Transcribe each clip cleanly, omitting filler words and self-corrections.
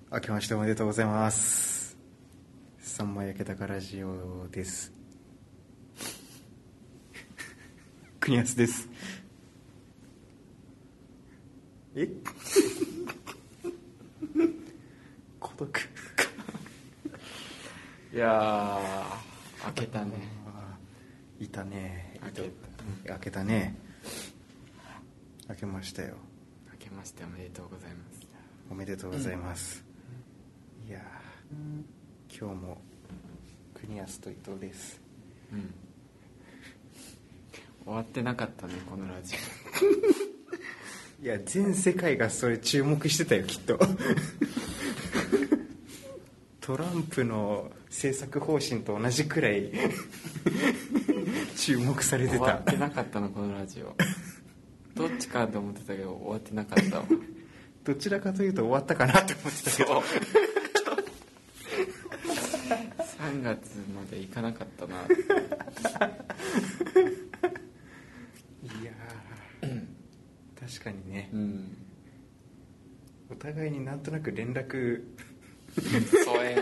明けましておめでとうございます。三枚焼けたかラジオです。国安です。孤独いやー開けたね。 いたね。 開けたね。開けましたよ。 明けましておめでとうございます。 おめでとうございます、いや今日も国安と伊藤です。 終わってなかったねこのラジオいや全世界がそれ注目してたよきっとトランプの政策方針と同じくらい注目されてた。 終わってなかったのこのラジオどっちかと思ってたけど終わってなかったわどちらかというと終わったかなって思ってたけど 3月まで行かなかったな。いや確かにね、お互いになんとなく連絡疎遠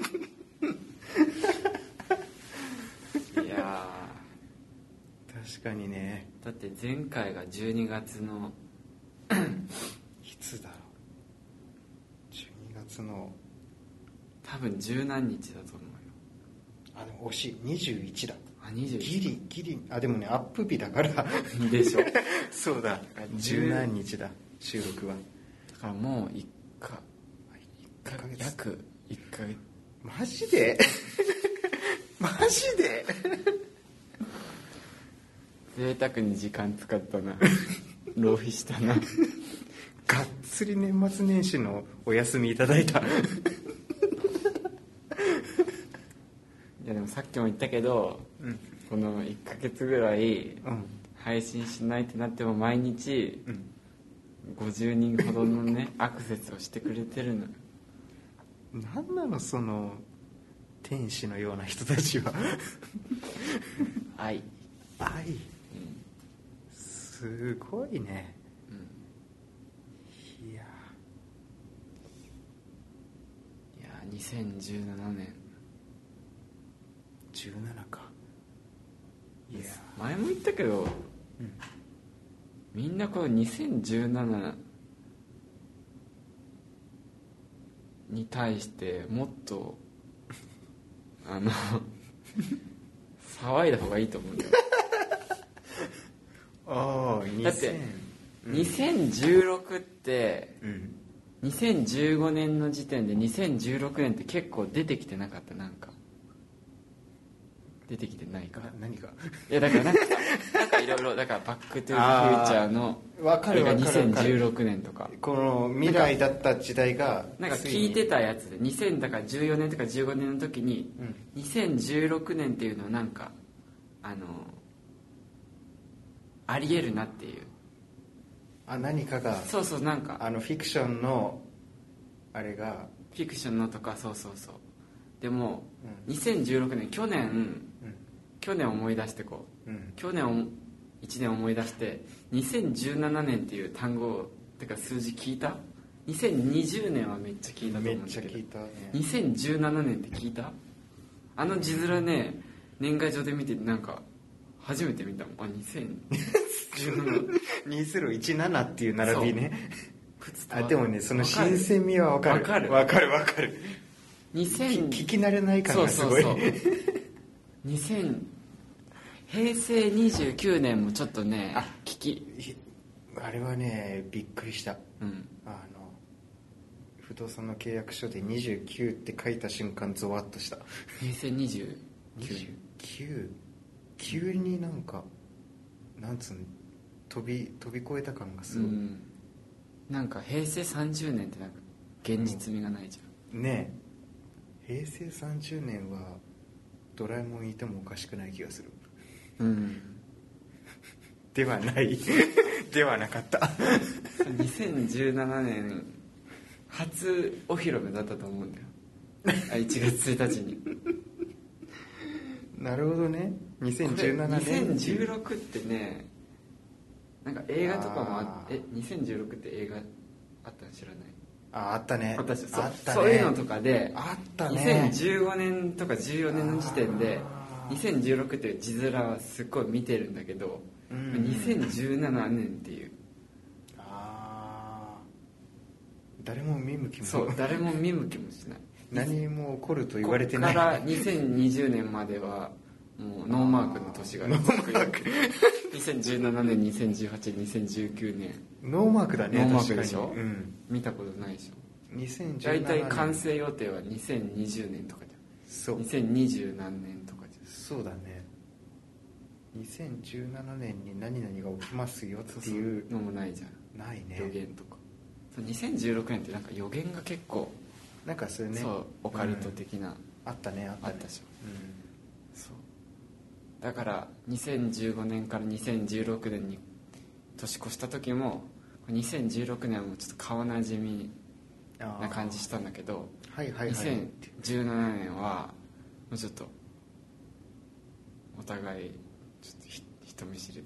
いや確かにね。 だって前回が12月のいつだろう、12月の多分十何日だと思うよ。 あでも惜しい、21だ。 21 ギリでもねアップ日だからでしょそうだ、十何日だ収録は。 だからもう1ヶ月約1ヶ月。 マジでマジで贅沢に時間使ったな浪費したながっつり年末年始のお休みいただいたいやでもさっきも言ったけど、この1ヶ月ぐらい配信しないってなっても毎日50人ほどのねアクセスをしてくれてるのよ。 なんなのその天使のような人たちは愛、 すごいね、いや 2017年 17か。いや前も言ったけど、みんなこの2017に対してもっと騒いだ方がいいと思うんだよだって2016って、2015年の時点で2016年って結構出てきてなかった。なんか出てきてないか。 何がいやだからなんかいろいろだからバックトゥーフューチャーのあれが2016年とかこの未来だった時代がなんか聞いてたやつで2014年とか15年の時に、2016年っていうのはなんかありえるなっていう何かがそうなんかフィクションのあれがフィクションのとかそうでも、2016年去年思い出してこう、去年1年思い出して2017年っていう単語ってか数字聞いた。2020年はめっちゃ聞いたと思うんだけど、 めっちゃ聞いたね。 2017年って聞いた。あの字面ね年賀状で見てなんか初めて見たもん。 2017っていう並びね。でもねその新鮮味は分かる。聞き慣れない感がすごい。 平成29年もちょっとねあれはねびっくりした、不動産の契約書で29って書いた瞬間ゾワッとした。 平成29 急になんかなんつうの飛び越えた感がすごい、 なんか平成30年ってなんか現実味がないじゃん、 ねえ。平成30年はドラえもんいてもおかしくない気がする。ではないではなかった 2017年初お披露目だったと思うんだよ1月1日になるほどね。2017年 2016ってねなんか映画とかも2016って映画あったの知らない。 あったね。 私そう、 あったね。 そういうのとかであったね。 2015年とか14年の時点で2016っていう字面はすっごい見てるんだけど、2017年っていう、 誰も見向きも、 そう誰も見向きもしない。 何も起こると言われてない。 ここから2020年まではもうノーマークの年が続くよ。2017年、2018年、2019年ノーマークだね。 ノーマークでしょ、 確かに、うん、 見たことないでしょ。 2017 大体完成予定は2020年とかじゃん。 そう、 2020何年とかじゃん。 そうだね。2017年に何々が起きますよっていうのもないじゃん。 ないね。 予言とか。そう2016年ってなんか予言が結構なんかそれね、 そうオカルト的な、 あったね、あったね。 あったでしょ、そうだから2015年から2016年に年越した時も2016年はもうちょっと顔なじみな感じしたんだけど、 はいはいはい、 2017年はもうちょっとお互いちょっと人見知り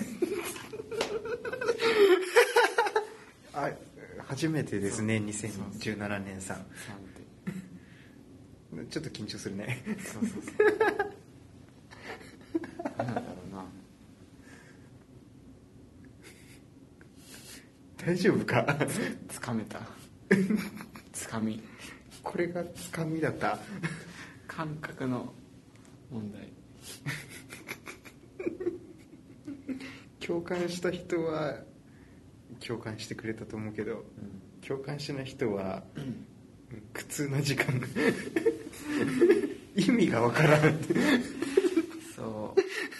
あ、初めてですね。2017年さんちょっと緊張するね。 そう何なんだろうな。 大丈夫か。 つかめたつかみ、 これがつかみだった。 感覚の問題。 共感した人は共感してくれたと思うけど、共感しない人は苦痛な時間意味がわからん。 そう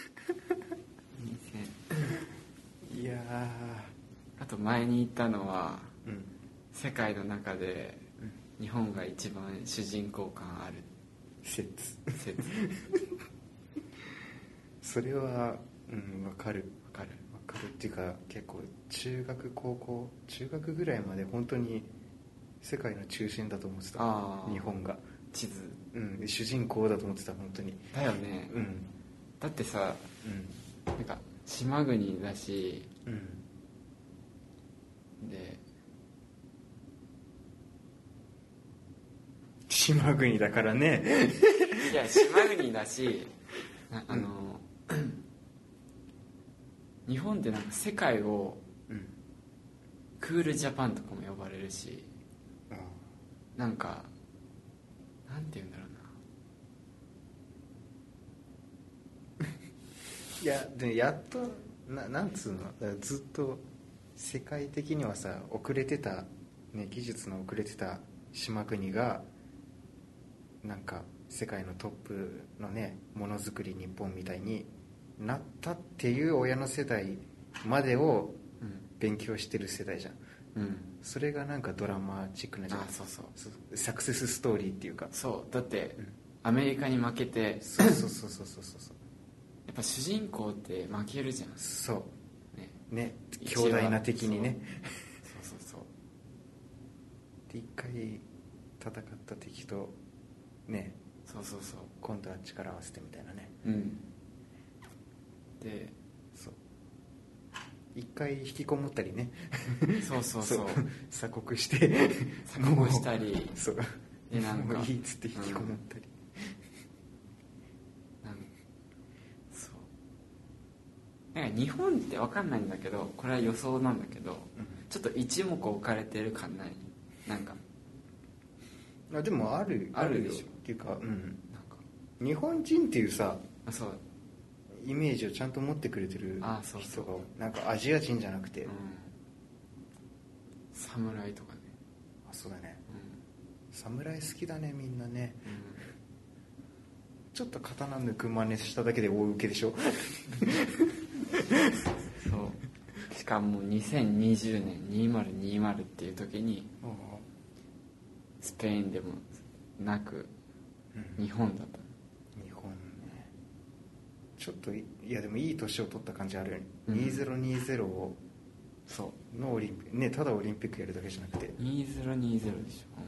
いやあと前に言ったのは、世界の中で日本が一番主人公感ある説それはわかるっていうか、結構中学高校中学ぐらいまで本当に世界の中心だと思ってた。日本が地図、 主人公だと思ってた。本当にだよね、だってさ、なんか島国だし、で島国だからね。 いや島国だし日本ってなんか世界をクールジャパンとかも呼ばれるし、なんかなんて言うんだろうな。 いやでやっとなんつうの、ずっと世界的にはさ遅れてた、ね、技術の遅れてた島国がなんか世界のトップのねものづくり日本みたいになったっていう親の世代までを勉強してる世代じゃん、それがなんかドラマチックなじゃん。 そうサクセスストーリーっていうか。 そうだって、アメリカに負けてそうやっぱ主人公って負けるじゃん。 そうね強大な敵にね。 そうで一回戦った敵とね、 そう今度は力合わせてみたいなね。 で一回引きこもったりね。 そう鎖国して鎖国したりそうでなんかもういいっつって引きこもったり、 なんか日本って分かんないんだけど、これは予想なんだけど、ちょっと一目置かれてる感ない？なんかでもあるでしょっていうか、 なんか日本人っていうさそうイメージをちゃんと持ってくれてる人がなんかアジア人じゃなくて、 侍とかね。 そうだね、侍好きだねみんなね、ちょっと刀抜く真似しただけで大受けでしょ。 そうしかも2020年2020っていう時にスペインでもなく日本だった、 日本ね。ちょっといやでもいい年を取った感じあるよね、2020をのオリンピックね、ただオリンピックやるだけじゃなくて 2020でしょ、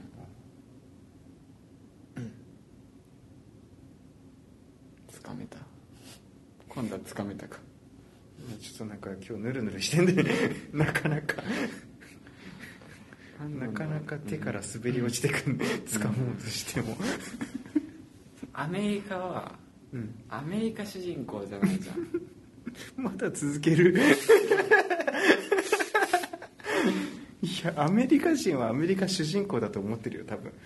つかめた。今度はつかめたか。 ちょっとなんか今日ヌルヌルしてんでなかなかか手から滑り落ちてくる、掴もうとしても。 アメリカは、アメリカ主人公じゃないじゃん。 まだ続ける。いや、アメリカ人はアメリカ主人公だと思ってるよ多分。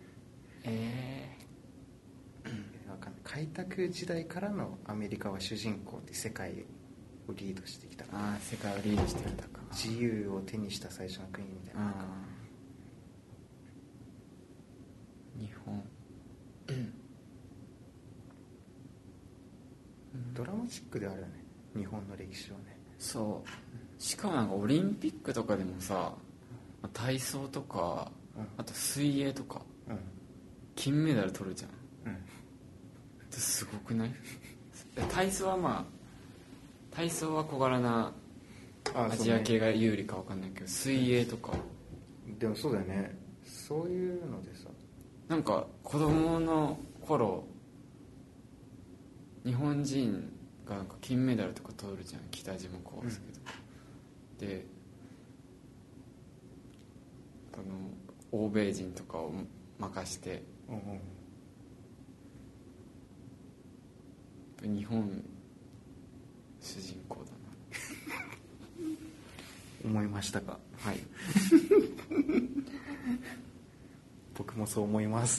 わかんない。開拓時代からのアメリカは主人公で世界をリードしてきた。 ああ、世界をリードしてきたか。 自由を手にした最初の国みたいな。 日本、 ドラマチックであるよね、日本の歴史をね。 そう。しかもなんかオリンピックとかでもさ、体操とか、あと水泳とか、金メダル取るじゃん。ってすごくない？体操は体操は小柄なアジア系が有利か分かんないけど、水泳とかでもそうだよね。そういうのでさ、 なんか子供の頃日本人がなんか金メダルとか取るじゃん、北島康介とか、で欧米人とかを任して、日本主人公だな思いましたか？ はい僕もそう思います。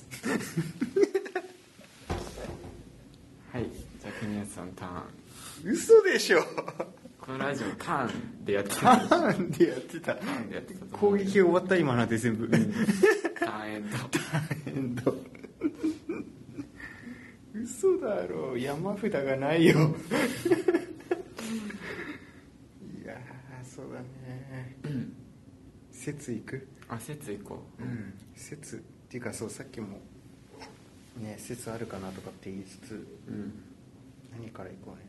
はい、じゃあ国安さんターン。 嘘でしょ。 このラジオターンでやってた。 ターンでやってた。攻撃終わった今ので全部。 ターンエンド。 ターンエンド。嘘だろ、山札がないよ。いやそうだね。説いく？ 説いこう。 説っていうか、そう、さっきもね説あるかなとかって言いつつ、何からいこうね。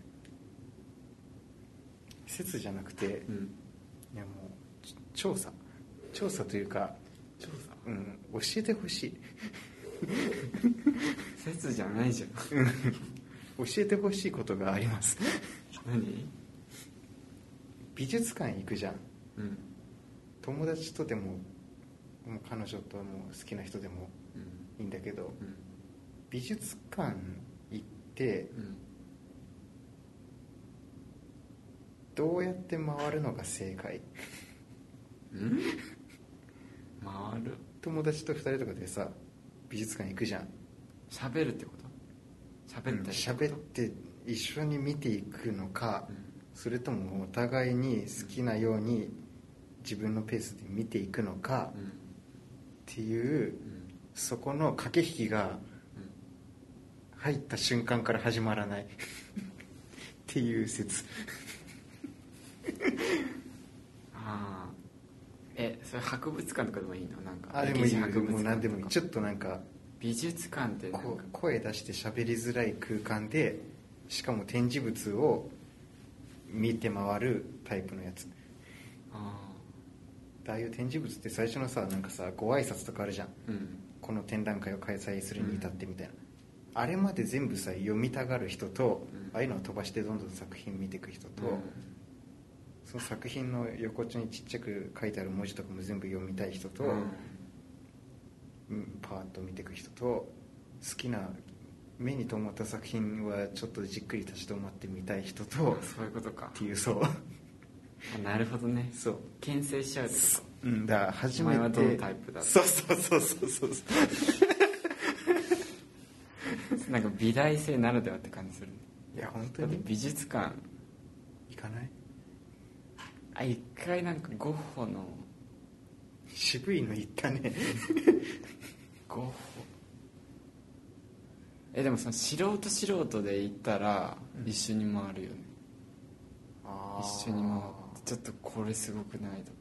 説じゃなくて、いやもう調査というか、教えてほしい。 説じゃないじゃん。 教えてほしいことがあります。 何？ 美術館行くじゃん。友達とでも、もう彼女とも好きな人でもいいんだけど、美術館行って、どうやって回るのが正解？ 回る？ 友達と2人とかでさ美術館行くじゃん。 喋るってこと？ 喋って一緒に見ていくのか、それともお互いに好きなように自分のペースで見ていくのかっていう、そこの駆け引きが入った瞬間から始まらないっていう説。 それ博物館とかでもいいの？なんかでもいいよ。もう何でもいい。ちょっとなんか美術館ってなんか声出して喋りづらい空間で、しかも展示物を見て回るタイプのやつ。ああいう展示物って最初のさ、なんかさご挨拶とかあるじゃん、この展覧会を開催するに至ってみたいな、あれまで全部さ読みたがる人と、ああいうのを飛ばしてどんどん作品見ていく人と、その作品の横っちょにちっちゃく書いてある文字とかも全部読みたい人と、パーッと見ていく人と、好きな目に留まった作品はちょっとじっくり立ち止まってみたい人と、 そういうことかっていう、そうなるほどね。 そう牽制しちゃうってこと。 だから初めて、 お前はどのタイプだ。 そうなんか美大生ならではって感じする。 いや本当に。 美術館行かない？ 一回なんかゴッホの渋いの行ったね。 ゴッホでもその素人で行ったら一緒に回るよね、一緒に回ってちょっとこれすごくないとか。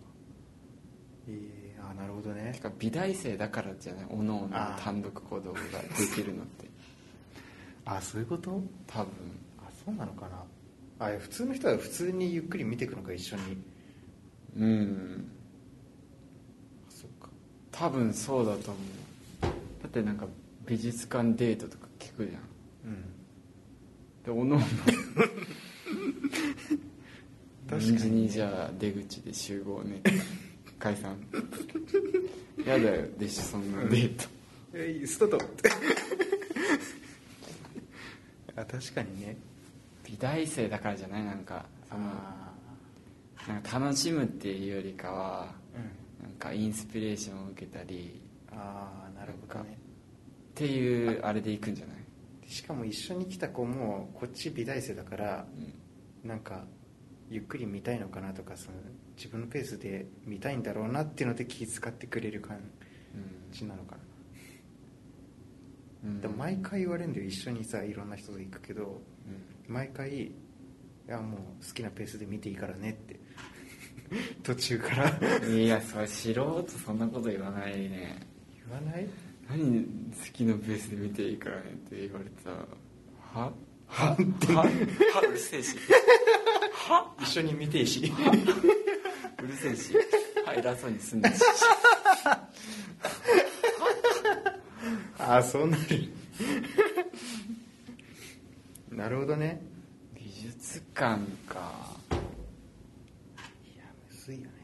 なるほどね。 てか美大生だからじゃない、おのおの単独行動ができるのってそういうこと？ 多分そうなのかな。普通の人は普通にゆっくり見ていくのか、一緒に。そっか、 多分そうだと思う。だってなんか美術館デートとか聞くじゃん。でおのおの何時にじゃあ出口で集合ね解散やだよでしょそんなデート。 ストとあ、確かにね。 美大生だからじゃない、なんかそのなんか楽しむっていうよりかは、なんかインスピレーションを受けたり、 ああ、なるほどね。 っていうあれでいくんじゃない？ しかも一緒に来た子もこっち美大生だから、なんかゆっくり見たいのかなとか、その自分のペースで見たいんだろうなっていうので気遣ってくれる感じなのかな、でも毎回言われるんだよ、一緒にさいろんな人と行くけど、毎回いやもう好きなペースで見ていいからねって途中からいやそれ素人そんなこと言わないね。 言わない？ 何好きなペースで見ていいからねって言われたら、はうるせえしは一緒に見ていいしうるせえし偉そうにすんだしああ、そうなるなるほどね。 美術館か。 いやむずいよね。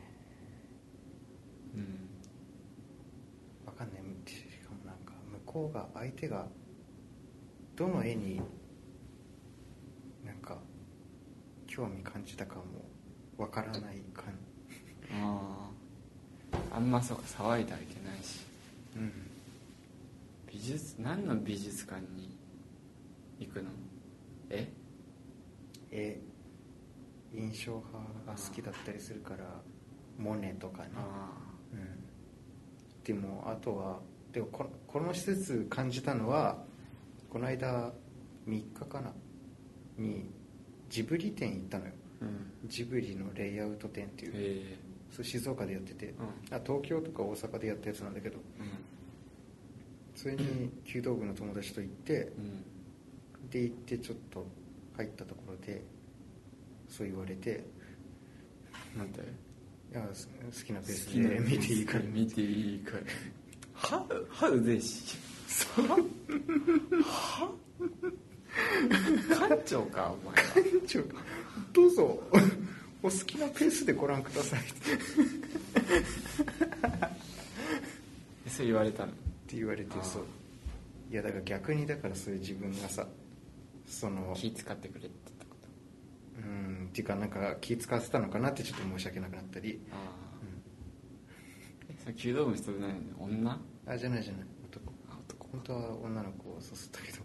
わかんない。しかもなんか向こうが相手がどの絵になんか興味感じたかもわからない感。 あんまそうか騒いではいけないし、何の美術館に行くの？ 印象派が好きだったりするから、モネとかね。でもあとはでもこの施設感じたのは、この間3日かなにジブリ展行ったのよ、ジブリのレイアウト展っていう、それ静岡でやってて、東京とか大阪でやったやつなんだけど、それに弓道部の友達と行って、で行ってちょっと入ったところでそう言われて、 なんで？ いや好きなペースで見ていいから見ていいからはうぜえしは館長かお前は。 館長どうぞお好きなペースでご覧くださいそう言われたの？ って言われて、そういやだから逆にだからそういう自分がさその気使ってくれってこと？ っていうかなんか気使わせたのかなってちょっと申し訳なくなったり。 それ弓道部の人じゃないの？女？ じゃない男。本当は女の子を誘ったけど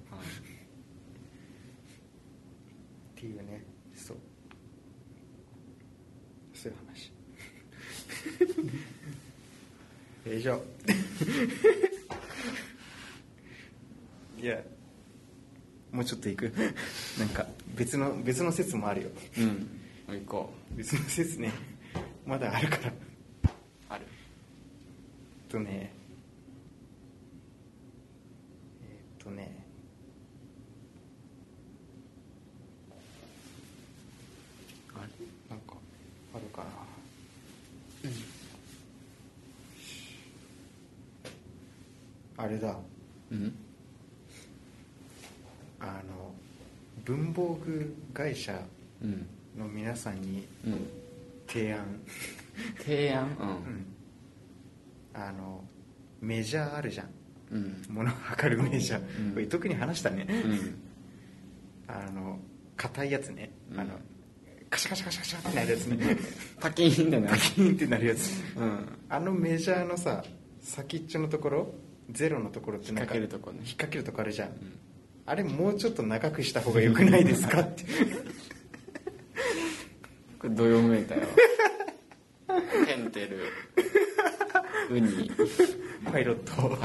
っていうね、そういう話以上いやもうちょっと行くなんか別の説もあるよ。 行こう。別の説ね、まだあるからあるね。なんかあるかな。あれだ。文房具会社の皆さんに提案、メジャーあるじゃん、物を測るメジャー、これ特に話したね、硬いやつね、カシャカシャカシャカシャってなるやつねパキーンってなるパキーンってなるやつ、メジャーのさ先っちょのところゼロのところってなんか引っ掛けるとこあるじゃん、あれもうちょっと長くした方がよくないですかってこれどよめいたよペンテルウニパイロット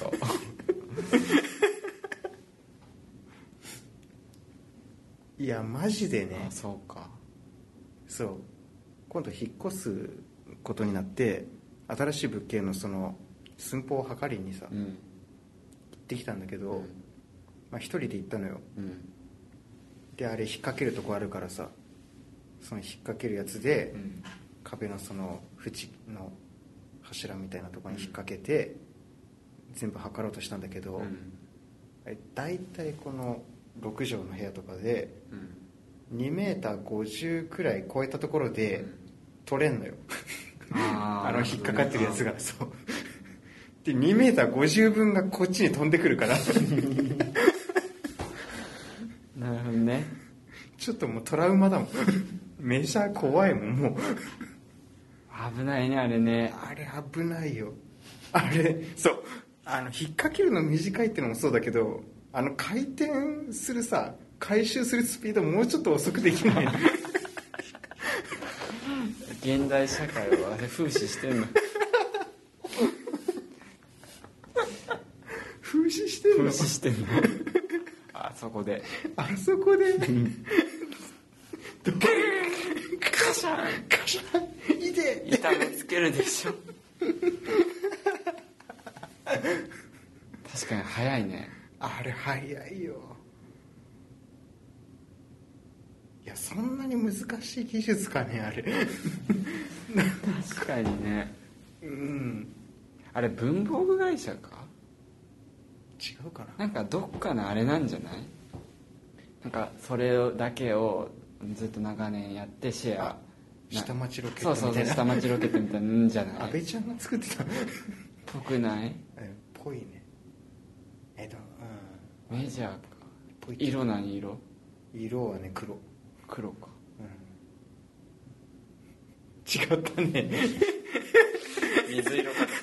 いやマジでね。 そうか。 そう今度引っ越すことになって、新しい物件のその寸法を測りにさ、行ってきたんだけど、一人で行ったのよ、であれ引っ掛けるとこあるからさ、その引っ掛けるやつで、壁のその縁の柱みたいなところに引っ掛けて、全部測ろうとしたんだけど、だいたいこの6畳の部屋とかで、2メーター50くらい超えたところで取れんのよ引っかかってるやつが。そうで2メーター50分がこっちに飛んでくるからなるほどね。 ちょっともうトラウマだもんメジャー怖いもんもう危ないねあれね。 あれ危ないよ。あれそう引っ掛けるの短いってのもそうだけど回転するさ回収するスピードもうちょっと遅くできない現代社会をあれ風刺してんの風刺してんの風刺してんのあそこであそこでカシャンカシャンいて痛めつけるでしょ確かに早いね。 あれ早いよ。いやそんなに難しい技術かねあれ確かにね。 うんあれ文房具会社か違うかな。 なんかどっかのあれなんじゃない。なんかそれだけをずっと長年やってシェア下町ロケッそうそうそうトみたいな下町ロケットみたいなんじゃない。 安倍ちゃんが作ってたぽくないぽいね。 メジャーか。 ぽい色何色。 色はね黒か、 違ったね水色かと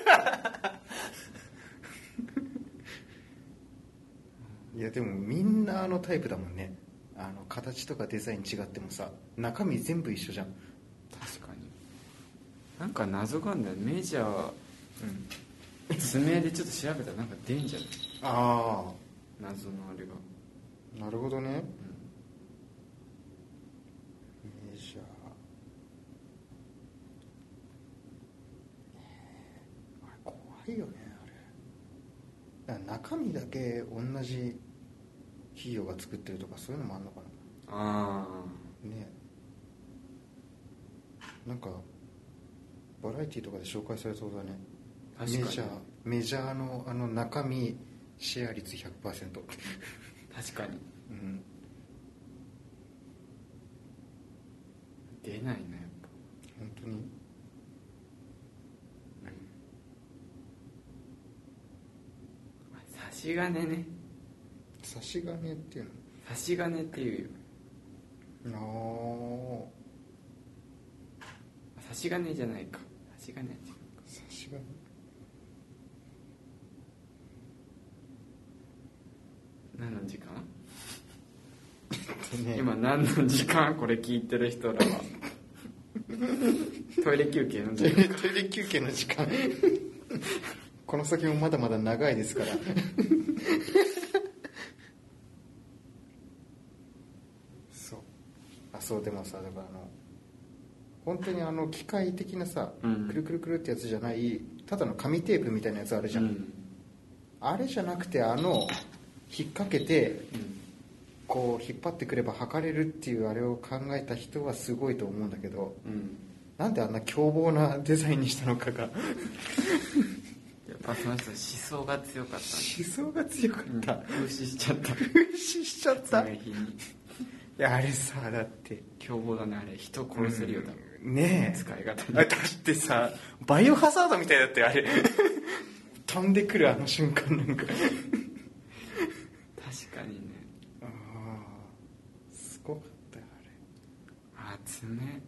いやでもみんなタイプだもんね。形とかデザイン違ってもさ中身全部一緒じゃん。 確かに。なんか謎があるんだよ。メジャー、爪でちょっと調べたらなんか出んじゃない。 ああ謎のあれが。 なるほどね、メジャーあれ怖いよねあれ。だから中身だけ同じ企業が作ってるとかそういうのもあんのかな。 あねなんかバラエティとかで紹介されそうだね。 確かにメジャーの中身シェア率 100% 確かに、出ないねやっぱ本当に、 差し金ね。 差し金っていう差し金っていうの差し金じゃないか。差し金は違うか。 差し金何の時間ね、 今何の時間これ聞いてる人らはトイレ休憩の時間トイレ休憩の時間この先もまだまだ長いですからそうでもさだから本当に機械的なさ、くるくるくるってやつじゃないただの紙テープみたいなやつあるじゃん、あれじゃなくて引っ掛けて、こう引っ張ってくれば測れるっていうあれを考えた人はすごいと思うんだけど、なんであんな凶暴なデザインにしたのかがやっぱその人思想が強かった、ね、 思想が強かった、 風刺しちゃった風刺しちゃったいやあれさだって凶暴だねあれ。人殺せるよ多分、 ねえ使い方に。 だってさバイオハザードみたいだったよあれ飛んでくる瞬間なんか確かにね。 ああすごかったよあれ爪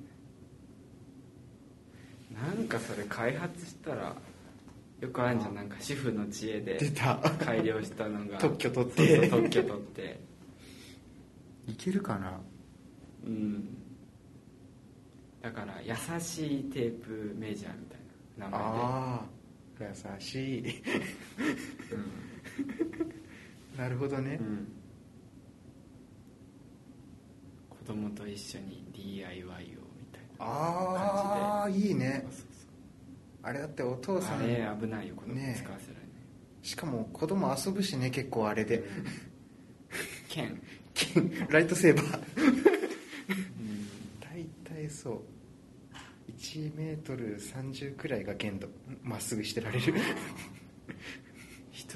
なんかそれ開発したらよくあるじゃん。なんか主婦の知恵で出た改良したのが特許取ってそう特許取っていけるかな。 だから優しいテープメジャーみたいな名前で。 ああ優しい、なるほどね、 子供と一緒に DIY をみたいな感じで。 ああいいね。 そうあれだってお父さんあれ危ないよ子供使わせられない、 しかも子供遊ぶしね結構あれで、 剣ライトセーバー大体そう1メートル30くらいが限度まっすぐしてられる一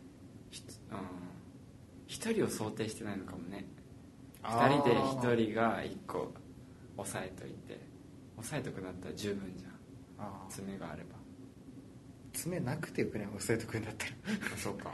人を想定してないのかもね。2人で1人が1個押さえといて押さえとくなったら十分じゃん。爪があれば。 爪なくてよくない？押さえとくんだったらあ、そうか。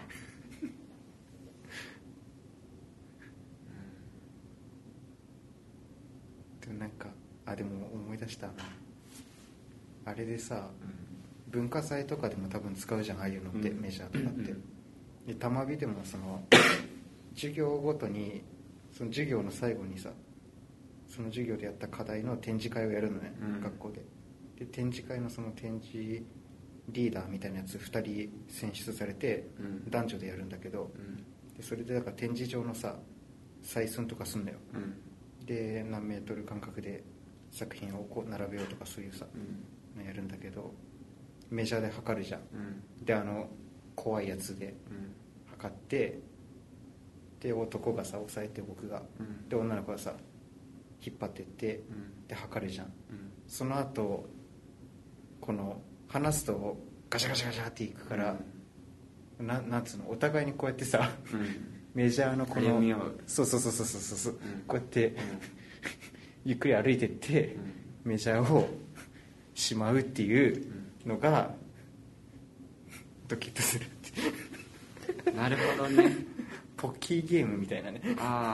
でもなんかでも思い出したな、あれでさ、文化祭とかでも多分使うじゃん、ああいうのって、メジャーとかって、でたまびでもその授業ごとにその授業の最後にさ、その授業でやった課題の展示会をやるのね、学校で展示会のその展示リーダーみたいなやつ2人選出されて、男女でやるんだけど、でそれでだから展示場のさ採寸とかすんだよ、で何メートル間隔で作品をこう並べようとかそういうさ、やるんだけど、メジャーで測るじゃん、で怖いやつで測って、で男がさ押さえて僕が、で女の子がさ引っ張ってって、で測るじゃん、その後この離すとガシャガシャガシャっていくから、なんつうの、お互いにこうやってさ、メジャーのこのそうそう、こうやって、ゆっくり歩いてって、メジャーをしまうっていうのがドキッとするってなるほどね。 ポッキーゲームみたいなね。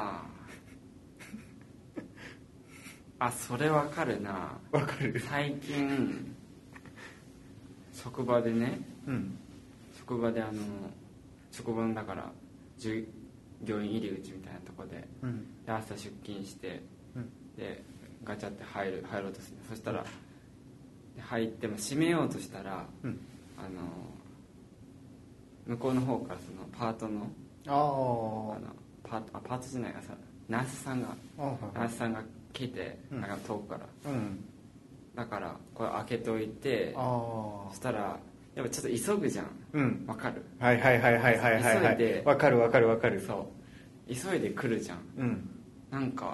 それわかるな。 わかる。 最近職場でね、職場で職場のだから従業員入り口みたいなとこで、で朝出勤して、でガチャって入ろうとする。そしたら入っても閉めようとしたら、向こうの方からそのパートのパートじゃないかさ、ナースさんが来て、なんか遠くから、だからこれ開けておいて、そしたらやっぱちょっと急ぐじゃん、わかる？ はい急いで、わかる、 そう急いで来るじゃん、なんか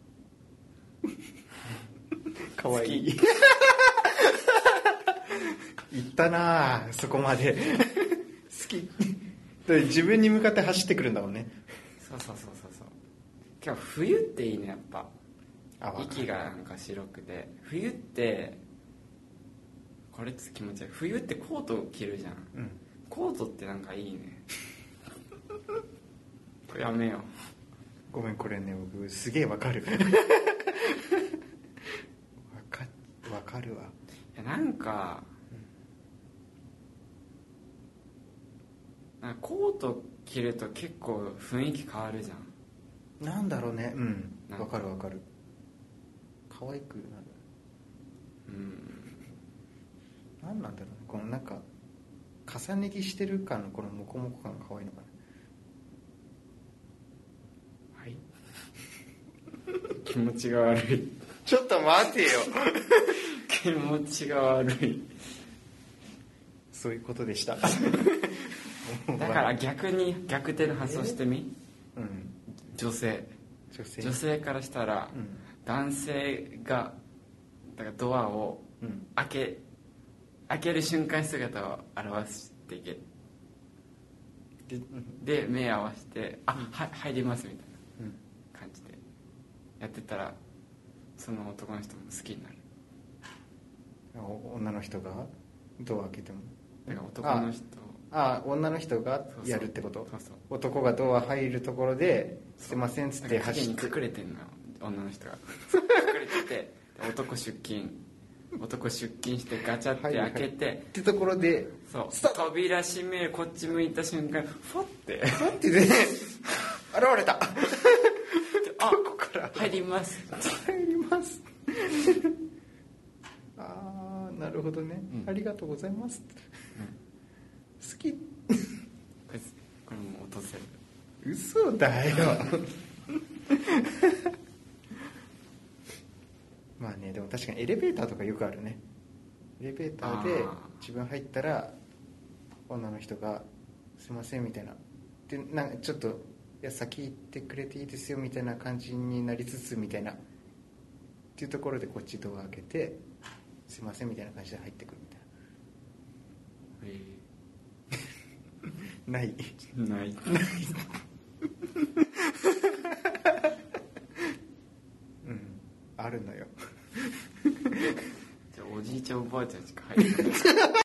かわいい言ったなそこまで好き自分に向かって走ってくるんだもんね。そう今日冬っていいね、やっぱ息がなんか白くて、冬ってこれって気持ち悪い。冬ってコート着るじゃん、コートってなんかいいねこれやめよう。 ごめん、これね僕すげえわかるわかるわ。 いやなんかコート着ると結構雰囲気変わるじゃん。 なんだろうね、わかる可愛くなる。なんなんだろうね、このなんか重ね着してる感のこのモコモコ感が可愛いのかな。 はい気持ちが悪いちょっと待てよ気持ちが悪い。 そういうことでしただから逆転の発想してみ、女性からしたら、男性がだからドアを開ける瞬間姿を表していける。で目合わせて入りますみたいな感じでやってたら、その男の人も好きになる。 女の人がドア開けても、 だから男の人女の人がやるってこと。 そう男がドア入るところですいませんっつって走って、 隠れてんのよ女の人が隠れてて男出勤してガチャって開けて、 ってところで扉閉める、こっち向いた瞬間フォッてで現れたここから入りますなるほどね、ありがとうございます、好きこれも落とせる。 嘘だよまあね、でも確かにエレベーターとかよくあるね。エレベーターで自分入ったら女の人がすいませんみたいなで、なんかちょっといや先行ってくれていいですよみたいな感じになりつつみたいなっていうところでこっちドア開けてすいませんみたいな感じで入ってくるみたいな。ないあるのよじゃあおじいちゃんおばあちゃんしか入ってない